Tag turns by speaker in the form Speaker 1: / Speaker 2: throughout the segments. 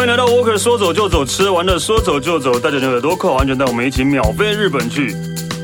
Speaker 1: 欢迎来到 Walker 说走就走，吃完了说走就走，带着你的耳朵扣好安全带，我们一起秒飞日本去。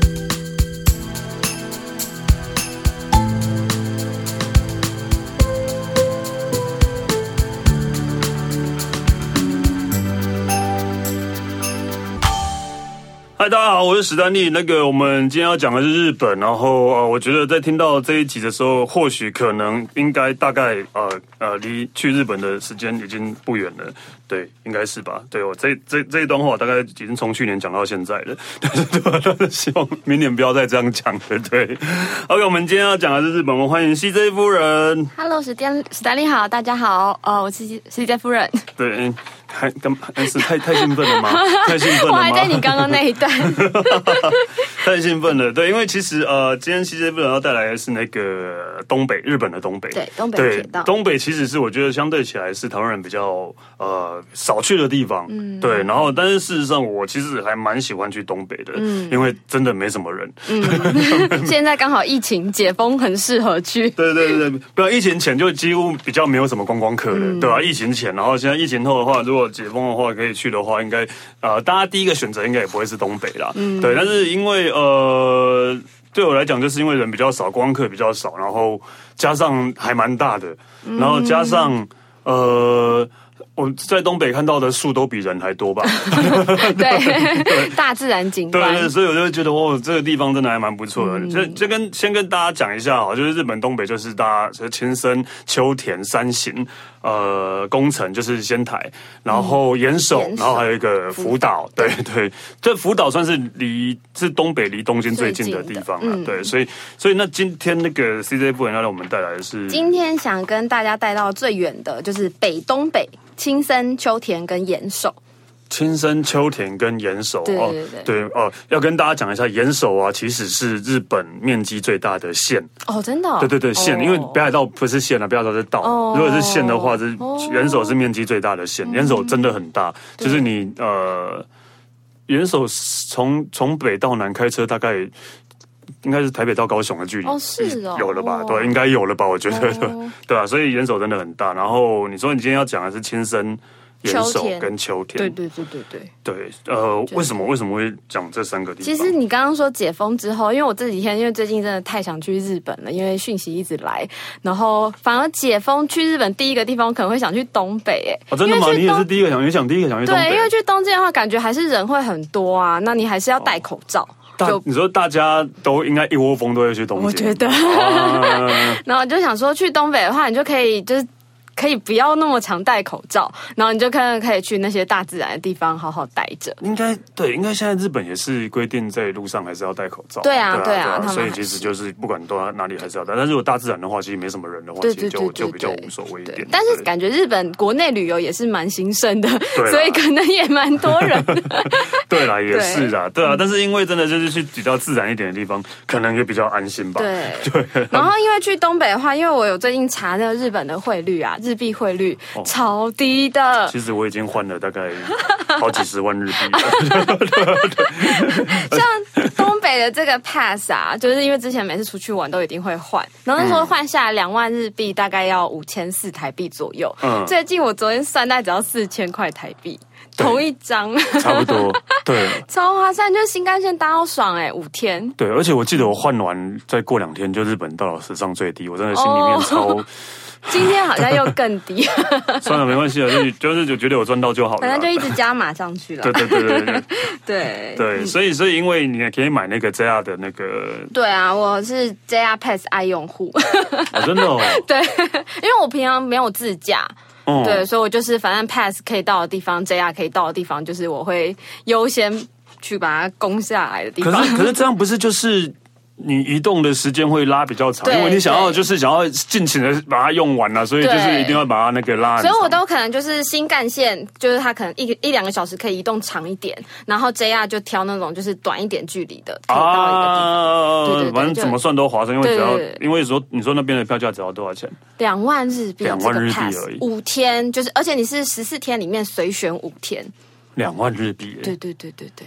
Speaker 1: 嗨，大家好，我是史丹利。我们今天要讲的是日本，然后我觉得在听到这一集的时候，或许可能应该大概离去日本的时间已经不远了，对，应该是吧？对，我这一段话大概已经从去年讲到现在了，对，希望明年不要再这样讲了。对 ，OK， 我们今天要讲的是日本，我们欢迎 CJ 夫人。
Speaker 2: Hello， 史丹利好，大家好，我是 CJ 夫人。
Speaker 1: 对。是太兴奋了吗？太兴奋了吗？
Speaker 2: 我还在你刚刚那一段，
Speaker 1: 太兴奋了。对，因为其实今天 CJ 夫人要带来的是那个东北，日本的东北。
Speaker 2: 对，东北铁道。
Speaker 1: 东北其实是我觉得相对起来是台湾人比较少去的地方。对，然后但是事实上我其实还蛮喜欢去东北的，因为真的没什么人。
Speaker 2: 现在刚好疫情解封，很适合去。
Speaker 1: 对，不然疫情前就几乎比较没有什么观光客了，对吧？疫情前，然后现在疫情后的话，如果解封的话可以去的话，应该大家第一个选择应该也不会是东北啦。对，但是因为对我来讲，就是因为人比较少，观光客比较少，然后加上还蛮大的，然后加上我在东北看到的树都比人还多吧？
Speaker 2: 对，大自然景观。
Speaker 1: 对，所以我就觉得这个地方真的还蛮不错的。先跟大家讲一下就是日本东北就是大家青森、秋田、山形、宫城就是仙台，然后岩手，然后还有一个福岛。对，这福岛算是是东北离东京最近的地方了。对，所以那今天那个 CJ 夫人要让我们带来的是，
Speaker 2: 今天想跟大家带到最远的就是北东北。青森、秋田跟岩手，
Speaker 1: 青森、秋田跟岩手，对，要跟大家讲一下，岩手啊，其实是日本面积最大的县
Speaker 2: 哦，真的、
Speaker 1: 对，县，因为北海道不是县啊，北海道是道，如果是县的话，岩手是面积最大的县，岩手真的很大，就是你岩手从北到南开车大概。应该是台北到高雄的距离有了吧？对，应该有了吧？我觉得，对啊，所以岩手真的很大。然后你说你今天要讲的是青森、岩手跟秋田，对，为什么会讲这三个地方？
Speaker 2: 其实你刚刚说解封之后，因为我这几天因为最近真的太想去日本了，因为讯息一直来，然后反而解封去日本第一个地方可能会想去东北，
Speaker 1: 真的吗？你也是第一个想去东北？
Speaker 2: 对，因为去东京的话，感觉还是人会很多啊，那你还是要戴口罩。
Speaker 1: 你说大家都应该一窝蜂都会去东京，
Speaker 2: 我觉得。然后我就想说，去东北的话，你就可以可以不要那么常戴口罩，然后你就可以去那些大自然的地方好好待着。应该
Speaker 1: 现在日本也是规定在路上还是要戴口罩。
Speaker 2: 对啊，
Speaker 1: 所以其实就是不管到哪里还是要戴。但是如果大自然的话，其实没什么人的话，其实就比较无所谓一点。
Speaker 2: 但是感觉日本国内旅游也是蛮兴盛的，所以可能也蛮多人。
Speaker 1: 对啦，也是啦，对啊。但是因为真的就是去比较自然一点的地方，可能也比较安心吧。
Speaker 2: 对。然后因为去东北的话，因为我有最近查那个日本的汇率啊。日币汇率超低的，
Speaker 1: 其实我已经换了大概好几十万日币了。
Speaker 2: 像东北的这个 pass 啊，就是因为之前每次出去玩都一定会换，然后那时候换下来2万日币，大概要5400台币左右。最近我昨天算，大概只要4000块台币。同一张
Speaker 1: 差不多，对，
Speaker 2: 超划算，就是新干线搭到爽5天。
Speaker 1: 对，而且我记得我换完再过2天就日本到了史上最低，我真的心里面超。
Speaker 2: 今天好像又更低。
Speaker 1: 算了，没关系了，就觉得有赚到就好了。
Speaker 2: 反正就一直加码上去了。
Speaker 1: 对，所以因为你也可以买那个 JR 的那个。对
Speaker 2: 啊，我是 JR Pass 爱用户。
Speaker 1: 真的哦。
Speaker 2: 对，因为我平常没有自驾。对，所以我就是反正 pass 可以到的地方 ，JR 可以到的地方，就是我会优先去把它攻下来的地方。
Speaker 1: 可是这样不是就是你移动的时间会拉比较长，因为你想要尽情的把它用完了，所以就是一定要把它那个拉很长。
Speaker 2: 所以我都可能就是新干线，就是它可能1-2个小时可以移动长一点，然后 JR 就挑那种就是短一点距离的，可以到一个地方。对，
Speaker 1: 反正怎么算都划算，因为你说那边的票价只要多少钱
Speaker 2: ？2万日币
Speaker 1: ，2万日币而已
Speaker 2: ，5天，就是而且你是14天里面随选5天，2
Speaker 1: 万日币。
Speaker 2: 对。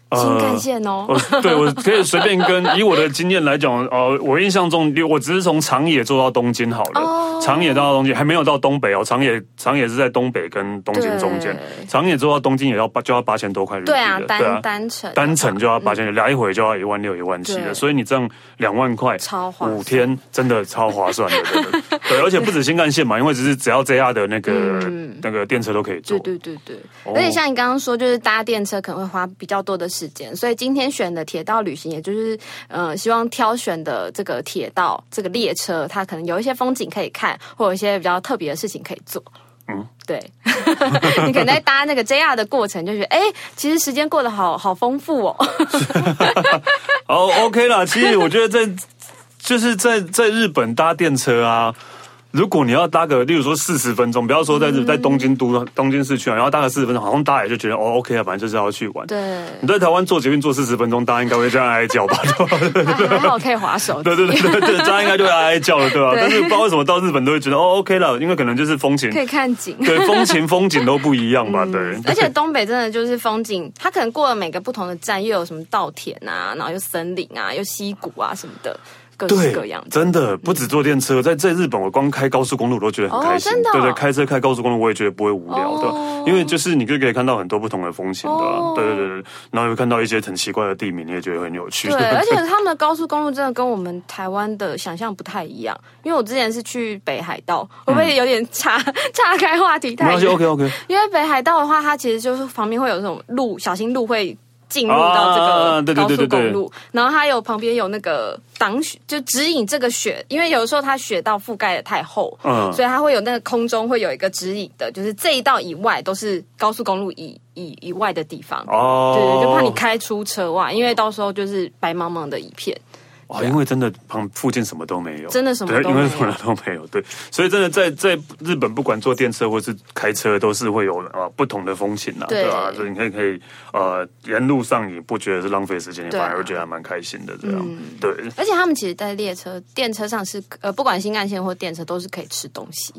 Speaker 2: 新干线哦。
Speaker 1: 对，我可以随便以我的经验来讲，我印象中我只是从长野坐到东京好了，长野到东京还没有到东北哦，长野是在东北跟东京中间，长野坐到东京就要8000多块日币。
Speaker 2: 对啊，单程
Speaker 1: 就要8000，来回就要16000、17000了，所以你这样2万块，
Speaker 2: 超划算，
Speaker 1: 5天真的超划算的，对，而且不止新干线嘛，因为只要 JR 的那个电车都可以坐。
Speaker 2: 对，而且像你刚刚说，就是搭电车可能会花比较多的时间，所以今天选的铁道旅行，也就是希望挑选的这个铁道这个列车，它可能有一些风景可以看，或有一些比较特别的事情可以做。对，你可能在搭那个 JR 的过程，就觉得其实时间过得好丰富哦。
Speaker 1: 好 OK 啦，其实我觉得在日本搭电车啊。如果你要搭个，例如说40分钟，不要说在东京市区啊，然后搭个40分钟，好像大家也就觉得OK 啊，反正就是要去玩。
Speaker 2: 对，
Speaker 1: 你在台湾坐捷运坐40分钟，大家应该会这样哀叫吧？
Speaker 2: 还好可以滑手。
Speaker 1: 对，大家应该就会哀叫了，对吧？但是不知道为什么到日本都会觉得OK 了，因为可能就是风情
Speaker 2: 可以看景，
Speaker 1: 对，风景都不一样吧？对。
Speaker 2: 而且东北真的就是风景，它可能过了每个不同的站，又有什么稻田啊，然后又森林啊，又溪谷啊什么的。各式各样的，
Speaker 1: 真的不止坐电车，在日本我光开高速公路我都觉得很开心。对，开车开高速公路我也觉得不会无聊的，因为就是你就可以看到很多不同的风景的，对，然后又看到一些很奇怪的地名，你也觉得很有趣。
Speaker 2: 对，而且他们的高速公路真的跟我们台湾的想象不太一样，因为我之前是去北海道，会不会有点岔开话题太远？
Speaker 1: 没关系 ，OK。因
Speaker 2: 为北海道的话，它其实就是旁边会有这种小型路会进入到这个高速公路，然后它旁边有那个挡雪，就指引这个雪，因为有的时候它雪道覆盖的太厚，所以它会有那个空中会有一个指引的，就是这一道以外都是高速公路以外的地方，对，就怕你开出车外，因为到时候就是白茫茫的一片。
Speaker 1: 因为真的附近什么都没有，
Speaker 2: 真的什么都没有，
Speaker 1: 因为什么都没有，对，所以真的在日本，不管坐电车或是开车，都是会有不同的风情对吧？所以你可以沿路上你不觉得是浪费时间，你反而会觉得还蛮开心的这样，对。
Speaker 2: 而且他们其实，在电车上是不管新干线或电车都是可以吃东西。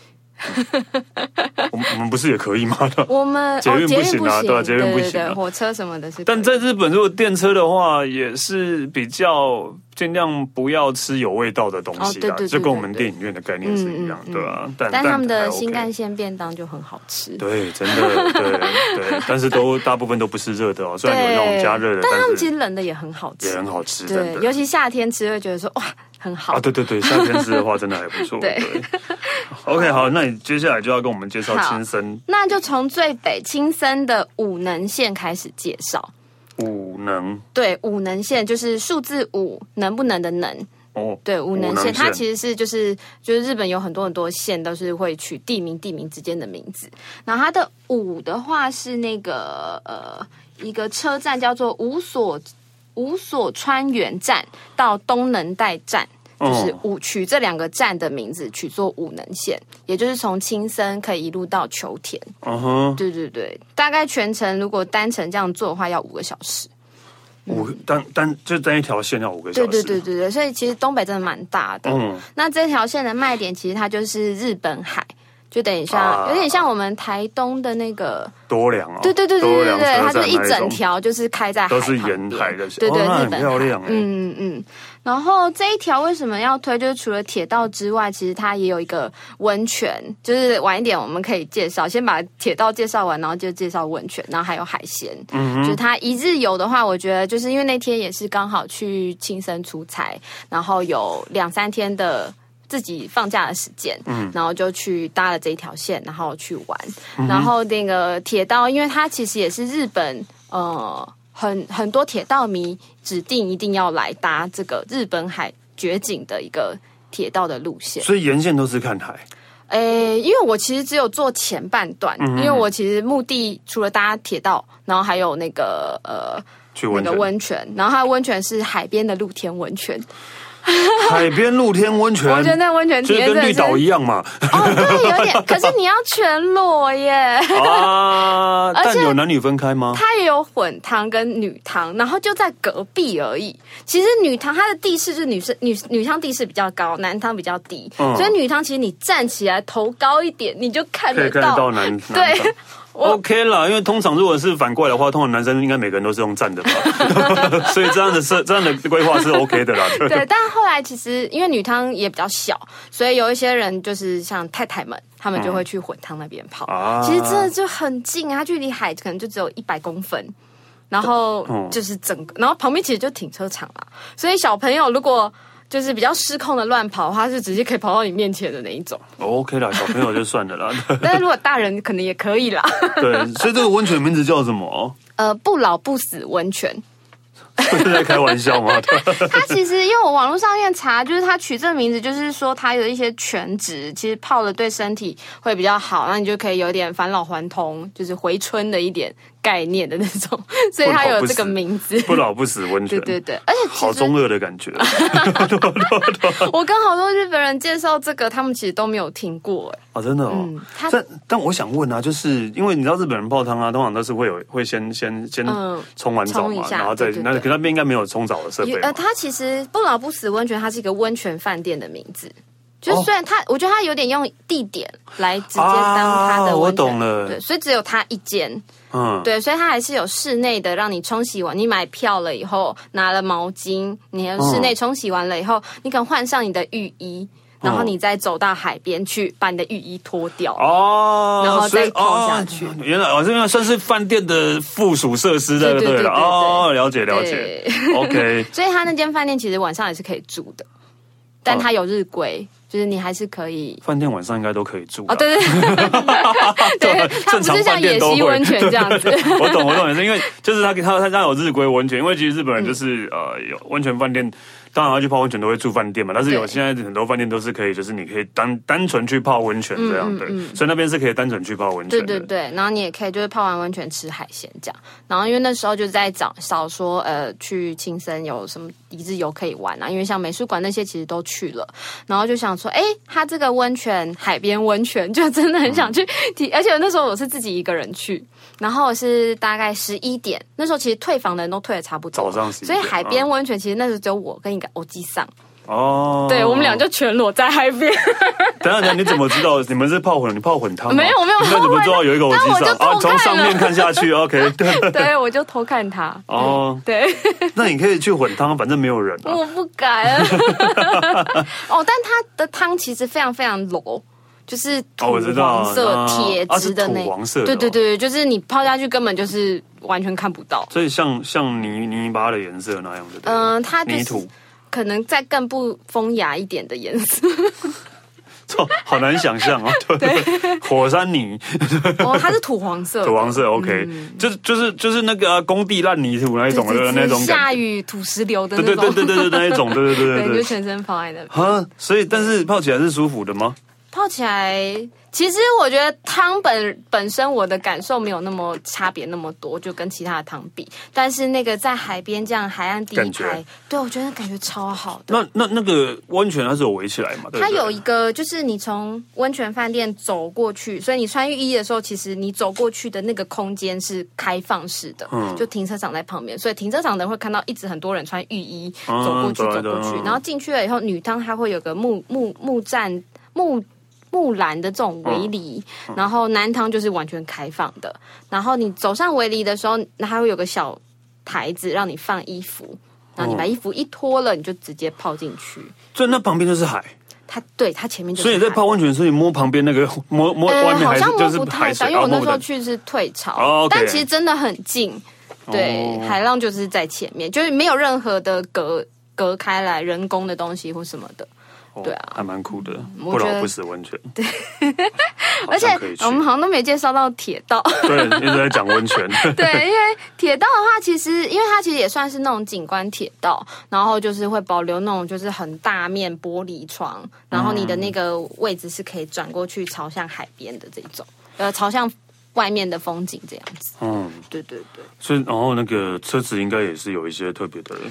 Speaker 1: 我们不是也可以吗？
Speaker 2: 我们
Speaker 1: 捷运不行啊，对吧？捷运不行啊，
Speaker 2: 火车什么的是。
Speaker 1: 但在日本，如果电车的话，也是比较尽量不要吃有味道的东西啦，就跟我们电影院的概念是一样，对吧？
Speaker 2: 但他们的新干线便当就很好吃，
Speaker 1: 对，真的，对，但是大部分都不是热的哦，虽然有那种加热的，
Speaker 2: 但他们其实冷的也很好吃，
Speaker 1: 也很好吃，真的，
Speaker 2: 尤其夏天吃会觉得说哇。很好
Speaker 1: 对，夏天吃的话真的还不错。对 ，OK， 好，那你接下来就要跟我们介绍青森，
Speaker 2: 那就从最北青森的武能线开始介绍。
Speaker 1: 武能，
Speaker 2: 对，武能线就是数字5，能不能的能。对，武能线它其实是就是日本有很多线都是会取地名之间的名字，然后它的武的话是那个一个车站叫做五所川原站到东能代站，就是取这2个站的名字取作武能线，也就是从青森可以一路到秋田。对，大概全程如果单程这样做的话要5个小时。
Speaker 1: 单一条线要5个小时。
Speaker 2: 对，所以其实东北真的蛮大的。那这条线的卖点其实它就是日本海。就等于有点像我们台东的那个
Speaker 1: 多良
Speaker 2: 对，它就是一整条就是开在海旁边，
Speaker 1: 都是沿海的，
Speaker 2: 对，日本
Speaker 1: 漂亮
Speaker 2: 然后这一条为什么要推？就是除了铁道之外，其实它也有一个温泉，就是晚一点我们可以介绍，先把铁道介绍完，然后就介绍温泉，然后还有海鲜。就是它一日游的话，我觉得就是因为那天也是刚好去青森出差，然后有2-3天的自己放假的时间，然后就去搭了这一条线，然后去玩。然后那个铁道，因为它其实也是日本很多铁道迷指定一定要来搭这个日本海绝景的一个铁道的路线，
Speaker 1: 所以沿线都是看海。
Speaker 2: 因为我其实只有做前半段，因为我其实目的除了搭铁道，然后还有那个
Speaker 1: 去
Speaker 2: 温泉，然后它的温泉是海边的露天温泉。
Speaker 1: 海边露天温泉，
Speaker 2: 我觉得那温泉体验
Speaker 1: 就是跟绿岛一样嘛。
Speaker 2: 对，有点，可是你要全裸耶。
Speaker 1: 但有男女分开吗？
Speaker 2: 它也有混汤跟女汤，然后就在隔壁而已。其实女汤它的地势就是女汤地势比较高，男汤比较低，所以女汤其实你站起来头高一点，你就看得到
Speaker 1: 男
Speaker 2: 对。
Speaker 1: OK 啦，因为通常如果是反过来的话，通常男生应该每个人都是用站的吧，所以这样的规划是 OK 的啦。
Speaker 2: 对，但后来其实因为女汤也比较小，所以有一些人就是像太太们，他们就会去混汤那边泡。其实真的就很近啊，距离海可能就只有100公分，然后就是整个，然后旁边其实就停车场啦，所以小朋友如果就是比较失控的乱跑的话，是直接可以跑到你面前的那一种。
Speaker 1: OK 啦，小朋友就算了啦。
Speaker 2: 但是如果大人可能也可以啦。
Speaker 1: 对，所以这个温泉名字叫什么？
Speaker 2: 不老不死温泉。
Speaker 1: 不是在开玩笑吗？
Speaker 2: 它其实因为我网络上面查，就是它取这个名字，就是说它有一些全脂，其实泡了对身体会比较好，那你就可以有点返老还童，就是回春的一点概念的那种，所以它有这个名字。
Speaker 1: 不老不死温泉，
Speaker 2: 对对对，而且
Speaker 1: 好中二的感觉。
Speaker 2: 我跟好多日本人介绍这个，他们其实都没有听过哎。
Speaker 1: 哦，真的哦。但我想问啊，就是因为你知道日本人泡汤啊，通常都是会先冲完澡嘛，然后再可那边应该没有冲澡的设备。
Speaker 2: 它其实不老不死温泉，它是一个温泉饭店的名字。就虽然我觉得它有点用地点来直接当它的温泉，
Speaker 1: 我懂了。
Speaker 2: 对，所以只有它一间。对，所以它还是有室内的，让你冲洗完，你买票了以后，拿了毛巾，你室内冲洗完了以后，你可能换上你的浴衣。然后你再走到海边去，把你的浴衣脱掉然后再泡下去。
Speaker 1: 原来这个算是饭店的附属设施，对对了。了解。OK。
Speaker 2: 所以他那间饭店其实晚上也是可以住的，但他有日规，就是你还是可以。
Speaker 1: 饭店晚上应该都可以住。
Speaker 2: 对，它不是像野溪温泉这样子。
Speaker 1: 我懂，因为就是他有日规温泉，因为其实日本人就是有温泉饭店。当然要去泡温泉都会住饭店嘛，但是现在很多饭店都是可以，就是你可以单纯去泡温泉这样的，所以那边是可以单纯去泡温泉的。
Speaker 2: 对，然后你也可以就是泡完温泉吃海鲜这样。然后因为那时候就在找说去青森有什么一日游可以玩啊，因为像美术馆那些其实都去了，然后就想说，它这个温泉海边温泉就真的很想去体，而且那时候我是自己一个人去。然后是大概11点，那时候其实退房的人都退得差不多，
Speaker 1: 早上11点，
Speaker 2: 所以海边温泉其实那时候只有我跟一个欧基桑。
Speaker 1: 对，
Speaker 2: 我们俩就全裸在海边。
Speaker 1: 等下，你怎么知道你们是你泡混汤吗？
Speaker 2: 没有泡混汤，
Speaker 1: 那怎么知道有一个欧基桑从上面看下去 ？OK，
Speaker 2: 对，我就偷看他。对。
Speaker 1: 那你可以去混汤，反正没有人。
Speaker 2: 我不敢。但它的汤其实非常非常柔。就是土黄色铁质的那，
Speaker 1: 土黄色，
Speaker 2: 对，就是你泡下去根本就是完全看不到，
Speaker 1: 所以像泥巴的颜色那样的，
Speaker 2: 它就是泥土可能再更不风雅一点的颜色，
Speaker 1: 好难想象哦。对，火山泥，
Speaker 2: 它是土黄色
Speaker 1: ，OK，就是那个工地烂泥土那一种的那种，
Speaker 2: 下雨土石流的那
Speaker 1: 种，对，那一种，对，
Speaker 2: 就全身泡在那边。
Speaker 1: 所以但是泡起来是舒服的吗？
Speaker 2: 泡起来，其实我觉得汤本身我的感受没有那么差别那么多，就跟其他的汤比。但是那个在海边这样海岸第一排，对我觉得感觉超好的。
Speaker 1: 那个温泉它是有围起来嘛？
Speaker 2: 它有一个，就是你从温泉饭店走过去，所以你穿浴衣的时候，其实你走过去的那个空间是开放式的，就停车场在旁边，所以停车场的人会看到一直很多人穿浴衣走过去，然后进去了以后，女汤它会有个木栏的这种围篱，然后男汤就是完全开放的。然后你走上围篱的时候，它会有个小台子让你放衣服，然后你把衣服一脱了，你就直接泡进去。
Speaker 1: 所以那旁边就是海。
Speaker 2: 它前面就是海。
Speaker 1: 所以你在泡温泉，所以摸旁边那个摸外面还是就是海水，
Speaker 2: 因为我那时候去是退潮，但其实真的很近。对，海浪就是在前面，就是没有任何的隔开来人工的东西或什么的。对啊，
Speaker 1: 还蛮酷的，不老不死温泉。
Speaker 2: 对，而且我们好像都没介绍到铁道。
Speaker 1: 对，一直在讲温泉。
Speaker 2: 对，因为铁道的话，其实因为它其实也算是那种景观铁道，然后就是会保留那种就是很大面玻璃窗，然后你的那个位置是可以转过去朝向海边的这种，朝向外面的风景这样子。对。
Speaker 1: 所以然后那个车子应该也是有一些特别的。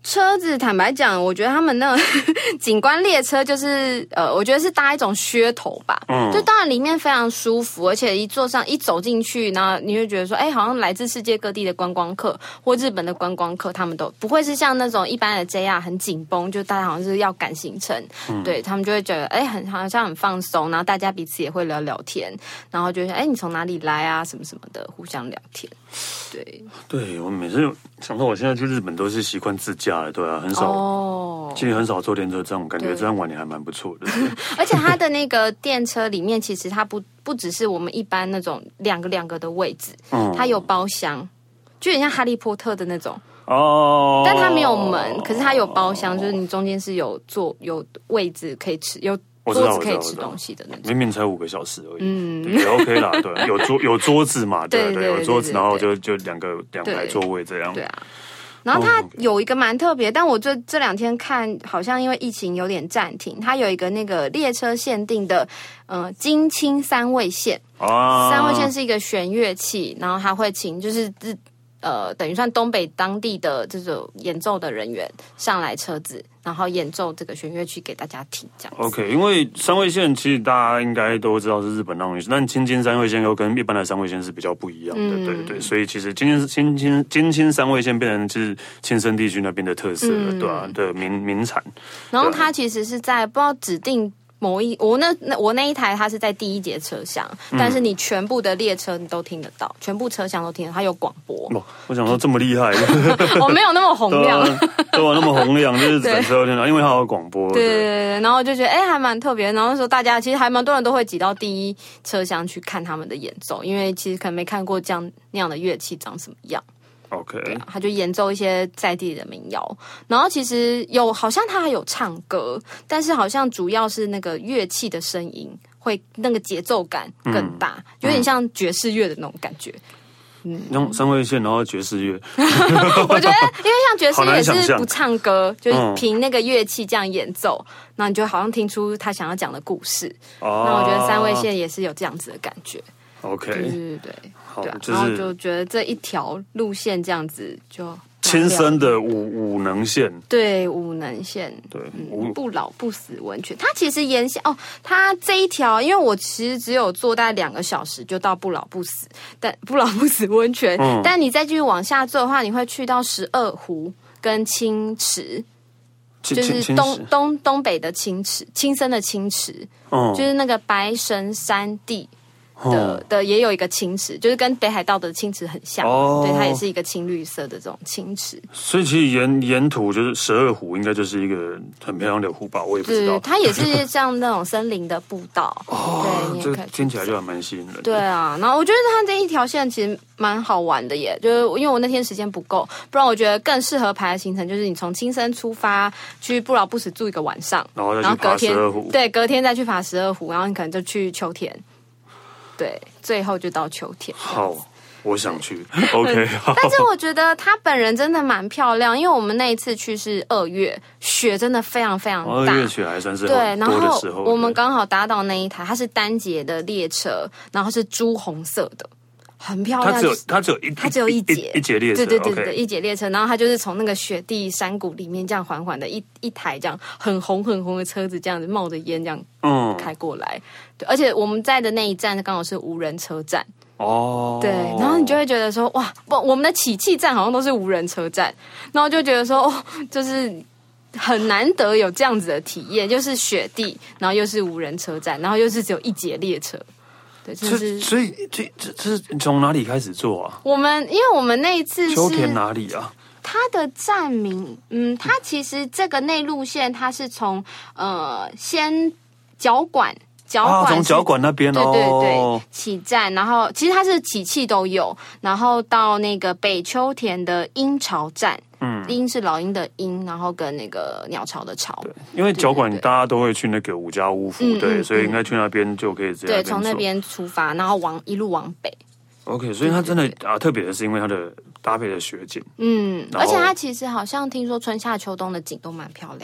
Speaker 2: 车子坦白讲，我觉得他们那种景观列车就是我觉得是搭一种噱头吧。就当然里面非常舒服，而且一坐上一走进去，然后你会觉得说，好像来自世界各地的观光客或日本的观光客，他们都不会是像那种一般的 JR 很紧绷，就大家好像是要赶行程，对他们就会觉得好像很放松，然后大家彼此也会聊聊天，然后就你从哪里来啊，什么什么的，互相聊天。对，
Speaker 1: 我每次想到我现在去日本都是习惯自驾了，对啊，很少，其实很少坐电车，这样感觉这样玩也还蛮不错的。
Speaker 2: 而且它的那个电车里面，其实它不只是我们一般那种两个的位置，它有包厢，就有点像哈利波特的那种。但它没有门，可是它有包厢，就是你中间是有位置可以吃，有桌子可以吃东西的那种。
Speaker 1: 明明才5个小时而已，也 OK 啦，对，有桌子嘛，对，有桌子，然后就两排座位这样。
Speaker 2: 对啊。然后它有一个蛮特别，但我这2天看好像因为疫情有点暂停。它有一个那个列车限定的京青3味线，3味线是一个弦乐器，然后它会请就是等于算东北当地的这种演奏的人员上来车子，然后演奏这个弦乐器给大家听，这样子。
Speaker 1: OK， 因为3味线其实大家应该都知道是日本那种，但京青3味线又跟一般的3味线是比较不一样的，对，所以其实京青3味线变成是青森地区那边的特色了，对吧？的名产。
Speaker 2: 然后它其实是在不知道指定。我那一台它是在第1节车厢，但是你全部的列车你都听得到，全部车厢都听得到，它有广播。
Speaker 1: 我想说这么厉害，
Speaker 2: 我没有那么洪亮，
Speaker 1: 对啊，那么洪亮，就是整车都听到，因为它有广播。
Speaker 2: 对，然后就觉得还蛮特别。然后那时候大家其实还蛮多人都会挤到第1车厢去看他们的演奏，因为其实可能没看过那样的乐器长什么样。
Speaker 1: OK，
Speaker 2: 他就演奏一些在地的民谣，然后其实好像他还有唱歌，但是好像主要是那个乐器的声音会那个节奏感更大，有点像爵士乐的那种感觉。
Speaker 1: 用3味线，然后爵士乐。
Speaker 2: 我觉得，因为像爵士乐也是不唱歌，就是凭那个乐器这样演奏，那你就好像听出他想要讲的故事。那我觉得3味线也是有这样子的感觉。
Speaker 1: OK，
Speaker 2: 对。然后就觉得这一条路线这样子就
Speaker 1: 亲生的武能线，
Speaker 2: 对，武能线，
Speaker 1: 对，
Speaker 2: 不老不死温泉。它其实沿线它这一条，因为我其实只有坐大概2个小时就到不老不死温泉，但你再继续往下坐的话，你会去到12湖跟清池。就是东北的清池，青森的清池，就是那个白神山地。的也有一个青池，就是跟北海道的青池很像，对，它也是一个青绿色的这种青池。
Speaker 1: 所以其实沿途就是12湖，应该就是一个很漂亮的湖吧，我也不知道。
Speaker 2: 它也是像那种森林的步道，对，
Speaker 1: 这听起来就还蛮吸引人的。
Speaker 2: 对啊，然后我觉得它这一条线其实蛮好玩的耶，就是因为我那天时间不够，不然我觉得更适合排的行程就是你从青森出发去不老不死住1个晚上，
Speaker 1: 然后再去爬12湖，
Speaker 2: 对，隔天再去爬12湖，然后你可能就去秋田。对，最后就到秋天。
Speaker 1: 好，我想去。OK，
Speaker 2: 但是我觉得它本人真的蛮漂亮，因为我们那一次去是2月，雪真的非常非常大。
Speaker 1: 2月雪还算是
Speaker 2: 对，然后我们刚好搭到那一台，它是单节的列车，然后是朱红色的。很漂亮，
Speaker 1: 它只有一节列车，
Speaker 2: 对，一节列车，然后它就是从那个雪地山谷里面这样缓缓的一台这样很红的车子这样子冒着烟这样开过来，对，而且我们在的那一站刚好是无人车站对，然后你就会觉得说哇，我们的起讫站好像都是无人车站，然后就觉得说就是很难得有这样子的体验，就是雪地，然后又是无人车站，然后又是只有一节列车。对，
Speaker 1: 所以这是从哪里开始做啊？
Speaker 2: 因为我们那一次是
Speaker 1: 秋田哪里啊？
Speaker 2: 它的站名，它其实这个内陆线，它是从先角管
Speaker 1: 从角管那边
Speaker 2: 对起站，然后其实它是起讫都有，然后到那个北秋田的鹰巢站。鹰是老鹰的鹰，然后跟那个鸟巢的巢。对，
Speaker 1: 因为角管大家都会去那个五家屋府，对，所以应该去那边就可以直接。
Speaker 2: 对，从那边出发，然后一路往北。
Speaker 1: OK， 所以它真的特别的是因为它的搭配的雪景，
Speaker 2: 而且它其实好像听说春夏秋冬的景都蛮漂亮。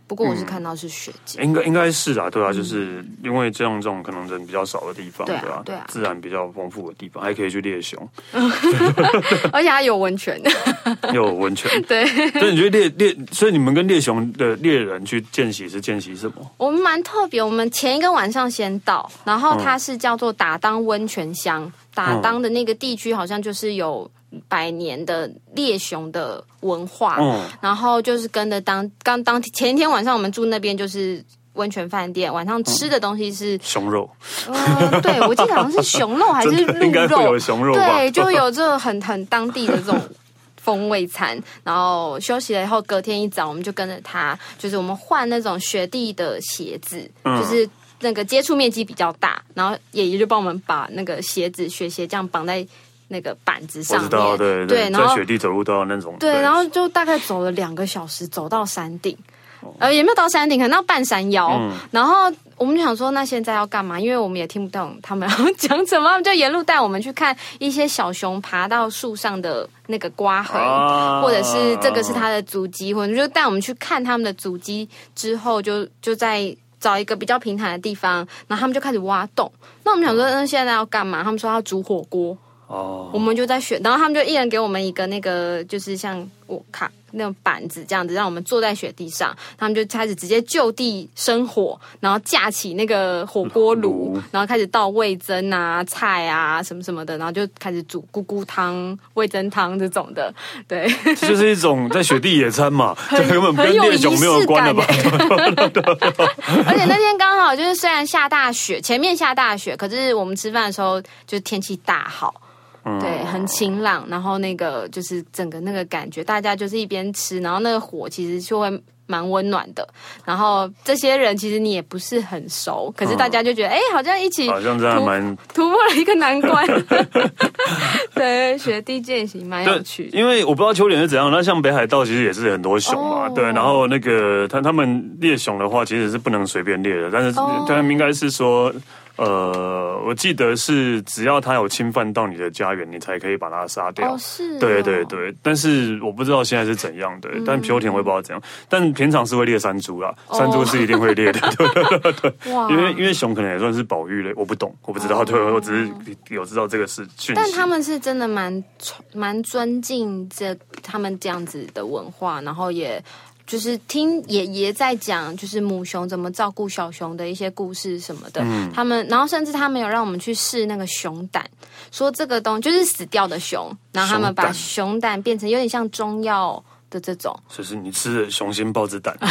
Speaker 2: 不过我是看到是雪景，
Speaker 1: 应该是啊，对啊，就是因为这种可能人比较少的地方，对啊，
Speaker 2: 对啊，
Speaker 1: 自然比较丰富的地方，还可以去猎熊，
Speaker 2: 而且它有温泉，
Speaker 1: 又有温泉，
Speaker 2: 对。
Speaker 1: 所以你觉得所以你们跟猎熊的猎人去见习是见习什么？
Speaker 2: 我们蛮特别，我们前一个晚上先到，然后它是叫做打当温泉乡，打当的那个地区好像就是有100年的猎熊的文化，然后就是跟着前一天晚上我们住那边就是温泉饭店，晚上吃的东西是
Speaker 1: 熊肉，
Speaker 2: 对，我记得好像是熊肉还是鹿肉，
Speaker 1: 应该会有熊肉吧，
Speaker 2: 对，就有这个很当地的这种风味餐，然后休息了以后，隔天一早我们就跟着他，就是我们换那种雪地的鞋子，就是那个接触面积比较大，然后爷爷就帮我们把那个雪鞋这样绑在那个板子上面，
Speaker 1: 我知道，对，
Speaker 2: 然后
Speaker 1: 在雪地走路都要那种，
Speaker 2: 对，然后就大概走了2个小时，走到山顶。也没有到山顶，可能到半山腰。然后我们就想说，那现在要干嘛？因为我们也听不懂他们要讲什么，他们就沿路带我们去看一些小熊爬到树上的那个刮痕，或者是这个是它的足迹，或者就带我们去看他们的足迹。之后就在找一个比较平坦的地方，然后他们就开始挖洞。那我们想说，那现在要干嘛？他们说要煮火锅。我们就在选，然后他们就一人给我们一个那个，就是像那种板子这样子，让我们坐在雪地上。他们就开始直接就地生火，然后架起那个火锅炉，然后开始倒味噌啊、菜啊什么什么的，然后就开始煮菇菇汤、味噌汤这种的。对，
Speaker 1: 这就是一种在雪地野餐嘛，就根本跟猎熊没有关了吧？
Speaker 2: 而且那天刚好就是虽然下大雪，前面下大雪，可是我们吃饭的时候就是天气大好。对，很晴朗，然后那个就是整个那个感觉，大家就是一边吃，然后那个火其实就会蛮温暖的。然后这些人其实你也不是很熟，可是大家就觉得好像一起，
Speaker 1: 好像这样蛮
Speaker 2: 突破了一个难关。对，雪地践行蛮有趣的。
Speaker 1: 因为我不知道秋田是怎样，那像北海道其实也是很多熊嘛，对。然后那个他们猎熊的话，其实是不能随便猎的，但是他们应该是说。我记得是只要他有侵犯到你的家园，你才可以把他杀掉。
Speaker 2: 是。对。
Speaker 1: 但是我不知道现在是怎样的，但秋田我也不知道怎样。但平常是会猎山猪啦，山猪是一定会猎的。对。哇。因为熊可能也算是保育类，我不懂，我不知道。对，我只是有知道这个是讯息。
Speaker 2: 但他们是真的蛮尊敬他们这样子的文化，然后也。就是听爷爷在讲，就是母熊怎么照顾小熊的一些故事什么的。他们，然后甚至他们有让我们去试那个熊胆，说这个东西就是死掉的熊，然后他们把熊胆变成有点像中药的这种。
Speaker 1: 就是你吃的熊心豹子胆。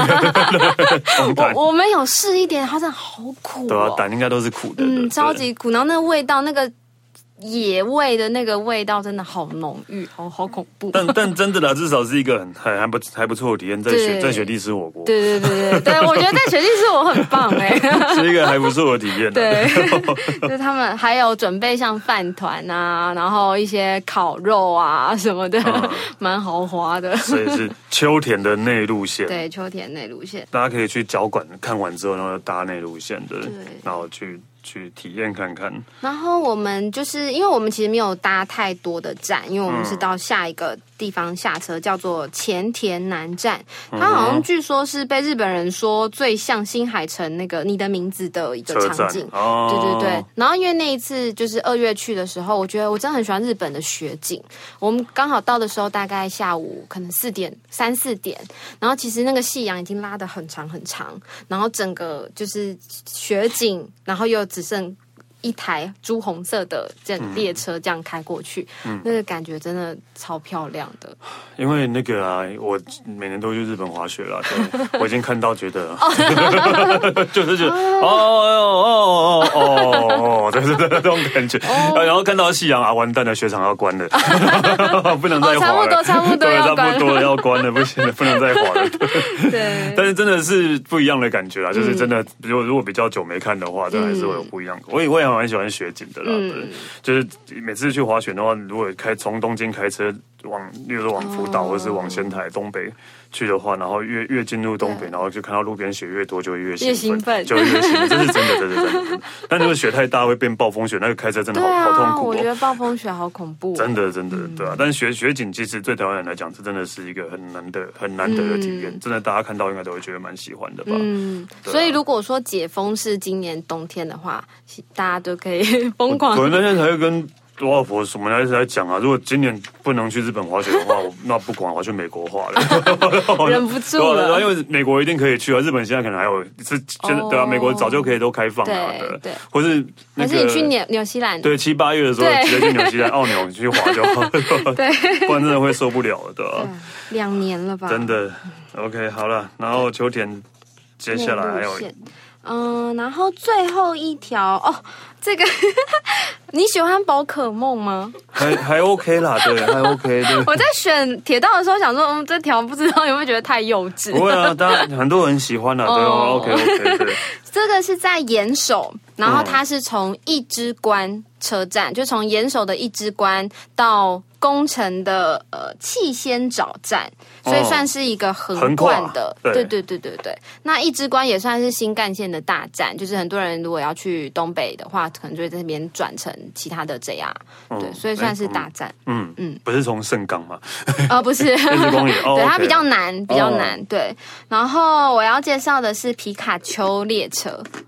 Speaker 2: 我们有试一点，它真的好苦。
Speaker 1: 对啊，胆应该都是苦的。
Speaker 2: 超级苦，然后那个味道，那个。野味的那个味道真的好浓郁，好恐怖。
Speaker 1: 但真的啦，至少是一个还不错的体验，在雪地吃火锅。
Speaker 2: 对，我觉得在雪地吃火锅很棒
Speaker 1: 是一个还不错的体验。
Speaker 2: 对，就是他们还有准备像饭团啊，然后一些烤肉啊什么的，蛮豪华的。
Speaker 1: 所以是秋田的内陆线。
Speaker 2: 对，秋田内陆线，
Speaker 1: 大家可以去脚馆看完之后，然后搭内陆线的，然后去体验看看。
Speaker 2: 然后我们就是因为我们其实没有搭太多的站，因为我们是到下一个地方下车，叫做前田南站。它好像据说是被日本人说最像新海诚那个你的名字的一个场景。对。然后因为那一次就是2月去的时候，我觉得我真的很喜欢日本的雪景。我们刚好到的时候大概下午可能3、4点，然后其实那个夕阳已经拉得很长很长，然后整个就是雪景，然后又只剩一台朱红色的这列车这样开过去，那个感觉真的超漂亮的。
Speaker 1: 因为那个啊，我每年都去日本滑雪啦，对，我已经看到觉得，就是觉得对这种感觉，然后看到夕阳啊，完蛋了，雪场要关了，不能再滑了，
Speaker 2: 差不多
Speaker 1: 要关了，不行了，不能再滑了。
Speaker 2: 对，
Speaker 1: 但是真的是不一样的感觉啊，就是真的，如果比较久没看的话，真的还是会有不一样的。我也蛮喜欢雪景的啦，对，就是每次去滑雪的话，如果从东京开车例如说往福岛或是往仙台东北去的话，然后越进入东北，然后就看到路边雪越多，就会越兴奋，就会越兴奋，这是真的，这是真的。但如果雪太大会变暴风雪，那个开车真的好痛苦。
Speaker 2: 我觉得暴风雪好恐怖，
Speaker 1: 真的，对啊。但是雪景其实对台湾人来讲，这真的是一个很难得的体验，真的大家看到应该都会觉得蛮喜欢的吧。
Speaker 2: 所以如果说解封是今年冬天的话，大家都可以疯狂。
Speaker 1: 我那天才会跟我老婆什么一直在讲啊，如果今年不能去日本滑雪的话，那不管我要去美国滑了，
Speaker 2: 忍不住了。
Speaker 1: 因为美国一定可以去啊，日本现在可能还有对啊，美国早就可以都开放了，
Speaker 2: 对，
Speaker 1: 或是
Speaker 2: 还是你去纽西兰，
Speaker 1: 对，7、8月的时候直接去纽西兰、澳纽去滑就好，对，不然真的会受不了的。
Speaker 2: 2年了吧？
Speaker 1: 真的 ，OK， 好了，然后秋田接下来还有。
Speaker 2: 然后最后一条这个你喜欢宝可梦吗？
Speaker 1: 还 OK 啦，对，还 OK。对，
Speaker 2: 我在选铁道的时候想说，这条不知道有没有觉得太幼稚？
Speaker 1: 不会啊，当然很多人喜欢啦，对，OK，对。
Speaker 2: 这个是在岩手，然后它是从一之关车站，就从岩手的一之关到宫城的气仙沼站，所以算是一个横贯的，对。那一之关也算是新干线的大站，就是很多人如果要去东北的话，可能就会在这边转乘其他的JR，对，所以算是大站。
Speaker 1: 不是从盛冈吗？
Speaker 2: 不是，对，它比较难，对。然后我要介绍的是皮卡丘列车。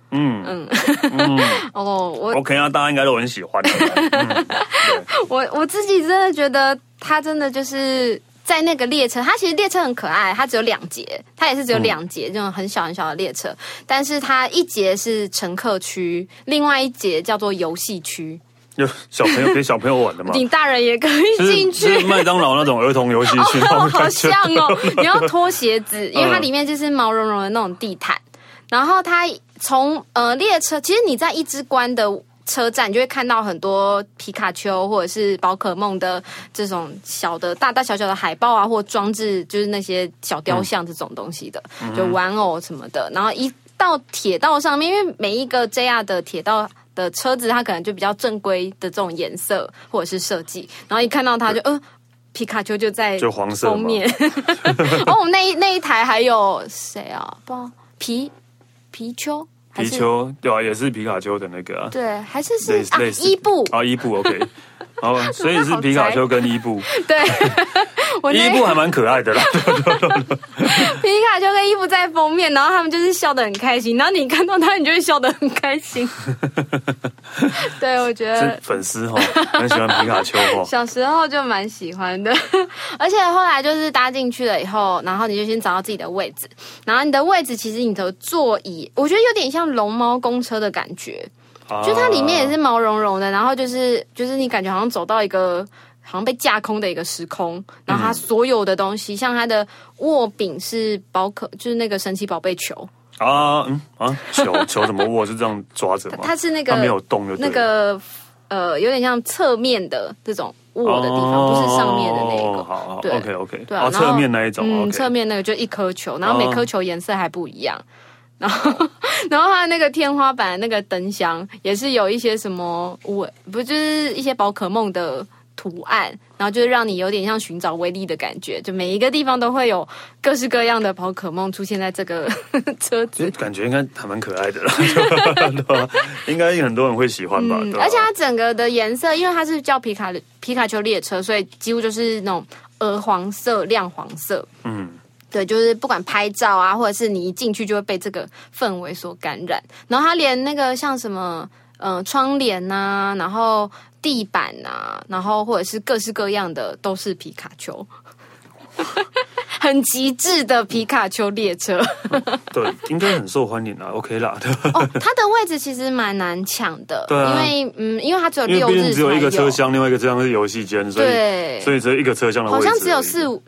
Speaker 1: 我 OK 啊，大家应该都很喜欢的。
Speaker 2: 我自己真的觉得它真的就是在那个列车，它其实列车很可爱，它只有2节，它也是只有2节这种很小很小的列车，但是它一节是乘客区，另外一节叫做游戏区。
Speaker 1: 有小朋友给小朋友玩的吗？
Speaker 2: 你大人也可以进去，
Speaker 1: 是麦当劳那种儿童游戏区，
Speaker 2: 好像你要脱鞋子，因为它里面就是毛茸茸的那种地毯。然后它从列车，其实你在一之关的车站，你就会看到很多皮卡丘或者是宝可梦的这种小的大大小小的海报啊，或装置，就是那些小雕像这种东西的，就玩偶什么的。然后一到铁道上面，因为每一个 JR 的铁道的车子，它可能就比较正规的这种颜色或者是设计，然后一看到它就皮卡丘就在
Speaker 1: 黄色
Speaker 2: 封面。那一台还有谁啊？不知道皮丘，
Speaker 1: 对啊，也是皮卡丘的那个啊，
Speaker 2: 对，还是伊布
Speaker 1: 伊布 OK， 所以是皮卡丘跟伊布，
Speaker 2: 对，
Speaker 1: 伊布还蛮可爱的啦，
Speaker 2: 皮卡丘跟伊布在封面，然后他们就是笑得很开心，然后你看到他，你就会笑得很开心。对，我觉得
Speaker 1: 是粉丝很喜欢皮卡丘
Speaker 2: 小时候就蛮喜欢的，而且后来就是搭进去了以后，然后你就先找到自己的位置，然后你的位置其实你的座椅，我觉得有点像龙猫公车的感觉，就它里面也是毛茸茸的，然后就是你感觉好像走到一个好像被架空的一个时空，然后它所有的东西，像它的握柄是就是那个神奇宝贝球。球怎么握？是这样抓着吗？ 它是那个
Speaker 1: 它没有动的，
Speaker 2: 那个有点像侧面的这种握的地方，不是上面的那个。
Speaker 1: 好，
Speaker 2: 对
Speaker 1: ，OK，
Speaker 2: 对啊，
Speaker 1: 侧面那一种，
Speaker 2: 侧面那个就一颗球，然后每颗球颜色还不一样。然后它那个天花板那个灯箱也是有一些什么不就是一些宝可梦的图案，然后就是让你有点像寻找威力的感觉，就每一个地方都会有各式各样的宝可梦出现在这个车子，
Speaker 1: 感觉应该还蛮可爱的啦，应该很多人会喜欢吧。
Speaker 2: 而且它整个的颜色，因为它是叫皮卡丘列车，所以几乎就是那种鹅黄色、亮黄色。对，就是不管拍照啊，或者是你一进去就会被这个氛围所感染。然后它连那个像什么窗帘啊，然后地板啊，然后或者是各式各样的都是皮卡丘。很极致的皮卡丘列车，
Speaker 1: 对，应该很受欢迎啦 ，OK 啦。
Speaker 2: 它的位置其实蛮难抢的，对啊，因为它只有6日才有，
Speaker 1: 只有一个车厢，另外一个车厢是游戏间，所以只有一个车厢的位置，
Speaker 2: 好像只有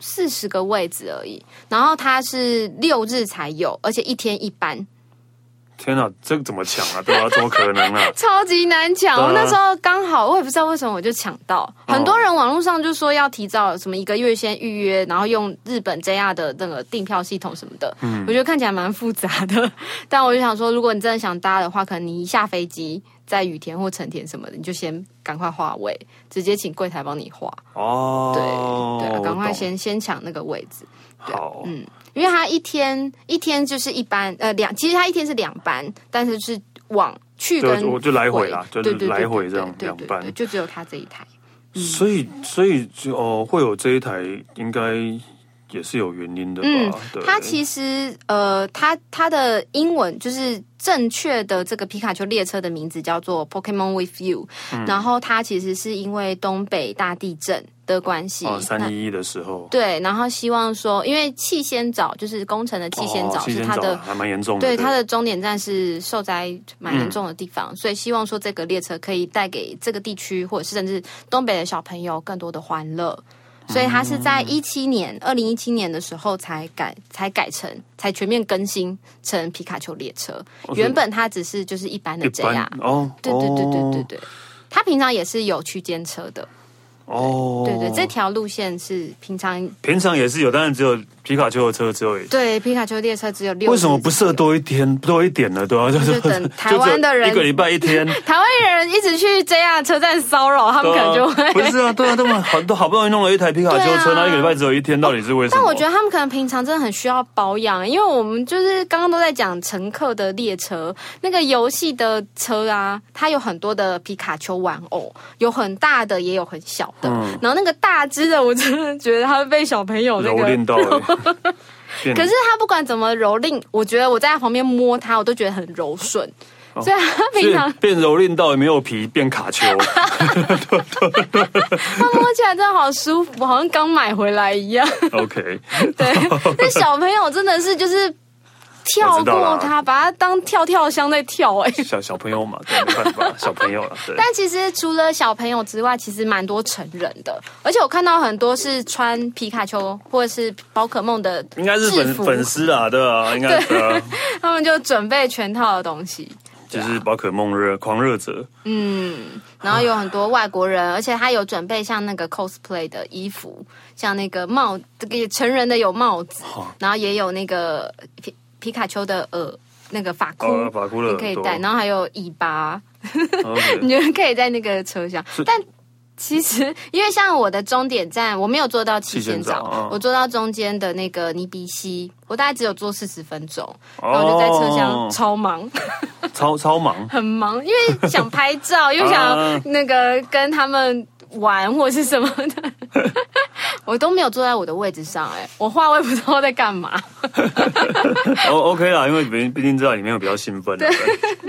Speaker 2: 40个位置而已。然后它是6日才有，而且1天1班。
Speaker 1: 天哪，这个怎么抢啊？对啊，怎么可能啊？
Speaker 2: 超级难抢！我那时候刚好，我也不知道为什么我就抢到。很多人网络上就说要提早什么1个月先预约，然后用日本 JR 的那个订票系统什么的。我觉得看起来蛮复杂的。但我就想说，如果你真的想搭的话，可能你一下飞机在羽田或成田什么的，你就先赶快划位，直接请柜台帮你划。对，赶快先抢那个位置。
Speaker 1: 好，
Speaker 2: 因为他一天就是一班，其实他一天是2班，但是是往去跟
Speaker 1: 我就来回啦，就是来回这样2班，
Speaker 2: 就只有他这一台。
Speaker 1: 所以会有这一台，应该也是有原因的吧？
Speaker 2: 它其实它的英文就是正确的这个皮卡丘列车的名字叫做 Pokemon with You，然后它其实是因为东北大地震的关系
Speaker 1: ，311的时候，
Speaker 2: 对，然后希望说，因为气仙沼就是宫城的气仙沼是它的
Speaker 1: 还蛮严重的，
Speaker 2: 对，它的终点站是受灾蛮严重的地方，所以希望说这个列车可以带给这个地区或者是甚至东北的小朋友更多的欢乐。所以它是在2017年的时候才全面更新成皮卡丘列车。原本它只是就是一般的 JR。对，它平常也是有区间车的。对，这条路线是平常
Speaker 1: 也是有，但是只有皮卡丘的车只有
Speaker 2: 对皮卡丘列车只有6。
Speaker 1: 为什么不设多一点呢？对啊，
Speaker 2: 就等台湾的人
Speaker 1: 1个礼拜1天，
Speaker 2: 台湾人一直去 JR 车站骚扰，他们可能就会
Speaker 1: 不是啊，对啊，他们好不容易弄了一台皮卡丘车，那1个礼拜只有1天，到底是为什么？
Speaker 2: 但我觉得他们可能平常真的很需要保养，因为我们就是刚刚都在讲乘客的列车，那个游戏的车啊，它有很多的皮卡丘玩偶，有很大的也有很小的，然后那个大只的，我真的觉得它会被小朋友那个
Speaker 1: 蹂躏到。
Speaker 2: 可是它不管怎么蹂躏，我觉得我在旁边摸它，我都觉得很柔顺。所以它平常
Speaker 1: 变蹂躏到也没有皮，变卡丘。它
Speaker 2: 摸起来真的好舒服，好像刚买回来一样。
Speaker 1: OK，
Speaker 2: 对，那小朋友真的是就是跳过它，把它当跳箱在跳。
Speaker 1: 小朋友嘛，对，没办法，小朋友了。对。
Speaker 2: 但其实除了小朋友之外，其实蛮多成人的，而且我看到很多是穿皮卡丘或者是宝可梦的制服，
Speaker 1: 应该是粉丝啦，对啊，应该是啊。
Speaker 2: 他们就准备全套的东西。
Speaker 1: 就是宝可梦狂热者，
Speaker 2: 然后有很多外国人，而且他有准备像那个 cosplay 的衣服，像那个这个成人的有帽子，然后也有那个皮卡丘的那个发箍
Speaker 1: 你
Speaker 2: 可以戴，然后还有尾巴，你就可以在那个车厢，但。其实，因为像我的终点站，我没有坐到气仙沼，我坐到中间的那个尼比西，我大概只有坐40分钟，然后就在车厢超忙，
Speaker 1: 超忙，
Speaker 2: 很忙，因为想拍照，又想那个跟他们玩或是什么的，我都没有坐在我的位置上，我话我也不知道在干嘛。
Speaker 1: OK 啦，因为毕竟知道里面有比较兴奋的。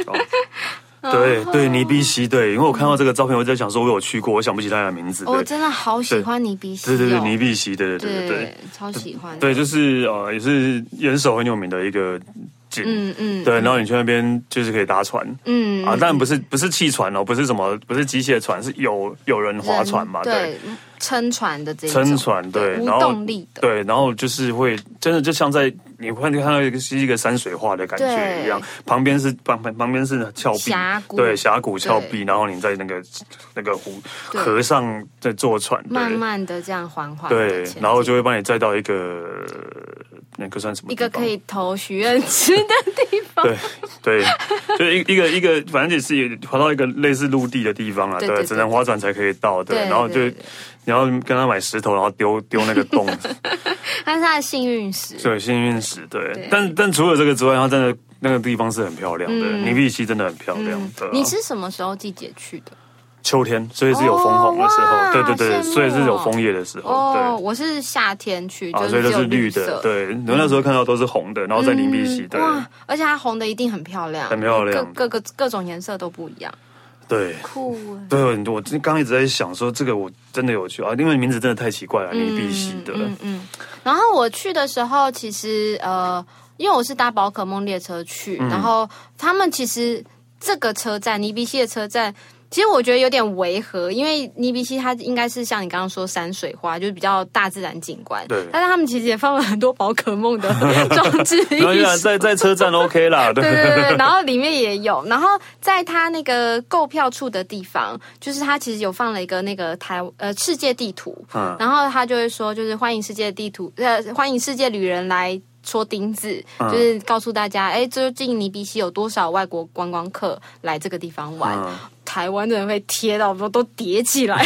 Speaker 1: 对，尼比西，对，因为我看到这个照片，我在想说，我有去过，我想不起他的名字。
Speaker 2: 我真的好喜欢尼比西，
Speaker 1: 对，尼比西，对，
Speaker 2: 超喜欢。
Speaker 1: 对，就是也是岩手很有名的一个景，对，然后你去那边就是可以搭船，但不是气船哦，不是机械船，是有人划船嘛，对。
Speaker 2: 撑船的这种
Speaker 1: 撑船，对，
Speaker 2: 无动力的，
Speaker 1: 对，然后就是会真的就像在你会看到一个山水画的感觉一样，旁边是峭壁，对，峡谷峭壁，然后你在那个河上在坐船，
Speaker 2: 慢慢的这样缓缓，
Speaker 1: 对，然后就会把你载到一个那个算什么？
Speaker 2: 一个可以投许愿池的地方，
Speaker 1: 对，就一个，反正也是滑到一个类似陆地的地方啊，对，只能划船才可以到，对，然后就。你要跟他买石头，然后丢那个洞。
Speaker 2: 那是他的幸运石。
Speaker 1: 对，幸运石，对。但除了这个之外，它真的那个地方是很漂亮的，尼比西真的很漂亮的。
Speaker 2: 你是什么时候季节去的？
Speaker 1: 秋天，所以是有枫红的时候。对，所以是有枫叶的时候。对，
Speaker 2: 我是夏天去，
Speaker 1: 所以就是绿的。对，我那时候看到都是红的，然后在尼比西，对。哇，
Speaker 2: 而且它红的一定很漂亮，
Speaker 1: 很漂亮，
Speaker 2: 各种颜色都不一样。
Speaker 1: 对，
Speaker 2: 酷。
Speaker 1: 对，我刚一直在想说，这个我真的有去啊，因为名字真的太奇怪了，尼比西的。
Speaker 2: 然后我去的时候，其实因为我是搭宝可梦列车去，然后他们其实这个车站尼比西的车站。其实我觉得有点违和，因为尼比西它应该是像你刚刚说山水画，就是比较大自然景观。
Speaker 1: 对，
Speaker 2: 但是他们其实也放了很多宝可梦的装置艺术。
Speaker 1: 在车站 OK 啦，对。
Speaker 2: 然后里面也有，然后在它那个购票处的地方，就是它其实有放了一个那个世界地图，然后他就会说，就是欢迎世界旅人来戳钉子，就是告诉大家，究竟尼比西有多少外国观光客来这个地方玩。台湾的人会贴到都叠起来，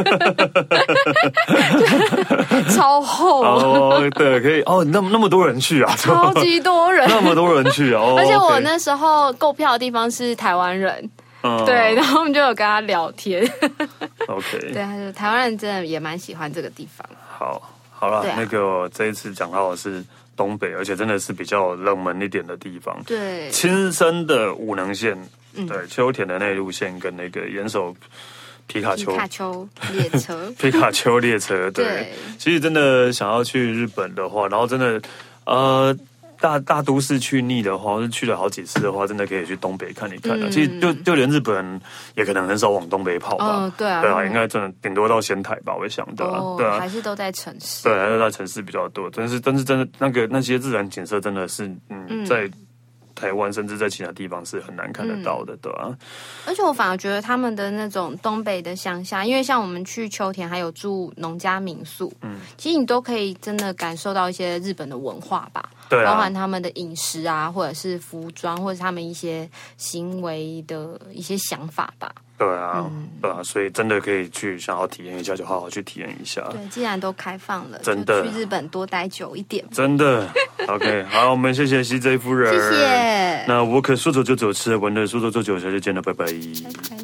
Speaker 2: 超厚
Speaker 1: 哦，对，可以哦，那么多人去啊，
Speaker 2: 超级多人，
Speaker 1: 那么多人去啊，
Speaker 2: 而且我那时候购票的地方是台湾人。对，然后我们就有跟他聊天。
Speaker 1: OK，
Speaker 2: 对，他就台湾人真的也蛮喜欢这个地方。
Speaker 1: 好了，那个这一次讲到的是东北，而且真的是比较冷门一点的地方。
Speaker 2: 对，
Speaker 1: 亲身的武能线，对，秋田的内陆线跟那个岩手皮卡丘
Speaker 2: 列车，
Speaker 1: 皮卡丘列车，对，其实真的想要去日本的话，然后真的大都市去腻的话，或是去了好几次的话，真的可以去东北看一看的。其实就连日本人也可能很少往东北跑吧。
Speaker 2: 对啊，
Speaker 1: 应该真的顶多到仙台吧，我会想的。对啊，
Speaker 2: 还是都在城市。
Speaker 1: 对，还是在城市比较多。但是真的那些自然景色真的是在台湾甚至在其他地方是很难看得到的，对吧？
Speaker 2: 而且我反而觉得他们的那种东北的乡下，因为像我们去秋田还有住农家民宿，其实你都可以真的感受到一些日本的文化吧。
Speaker 1: 对啊，
Speaker 2: 包含他们的饮食啊，或者是服装，或者是他们一些行为的一些想法吧。
Speaker 1: 对啊，所以真的可以去想要体验一下，就好好去体验一下。
Speaker 2: 对，既然都开放了，
Speaker 1: 真的
Speaker 2: 就去日本多待久一点。
Speaker 1: 真的 ，OK， 好，我们谢谢CJ夫人，
Speaker 2: 谢谢。
Speaker 1: 那我可说走就走，吃了玩的说走就走，下次见了，拜拜。
Speaker 2: 拜拜。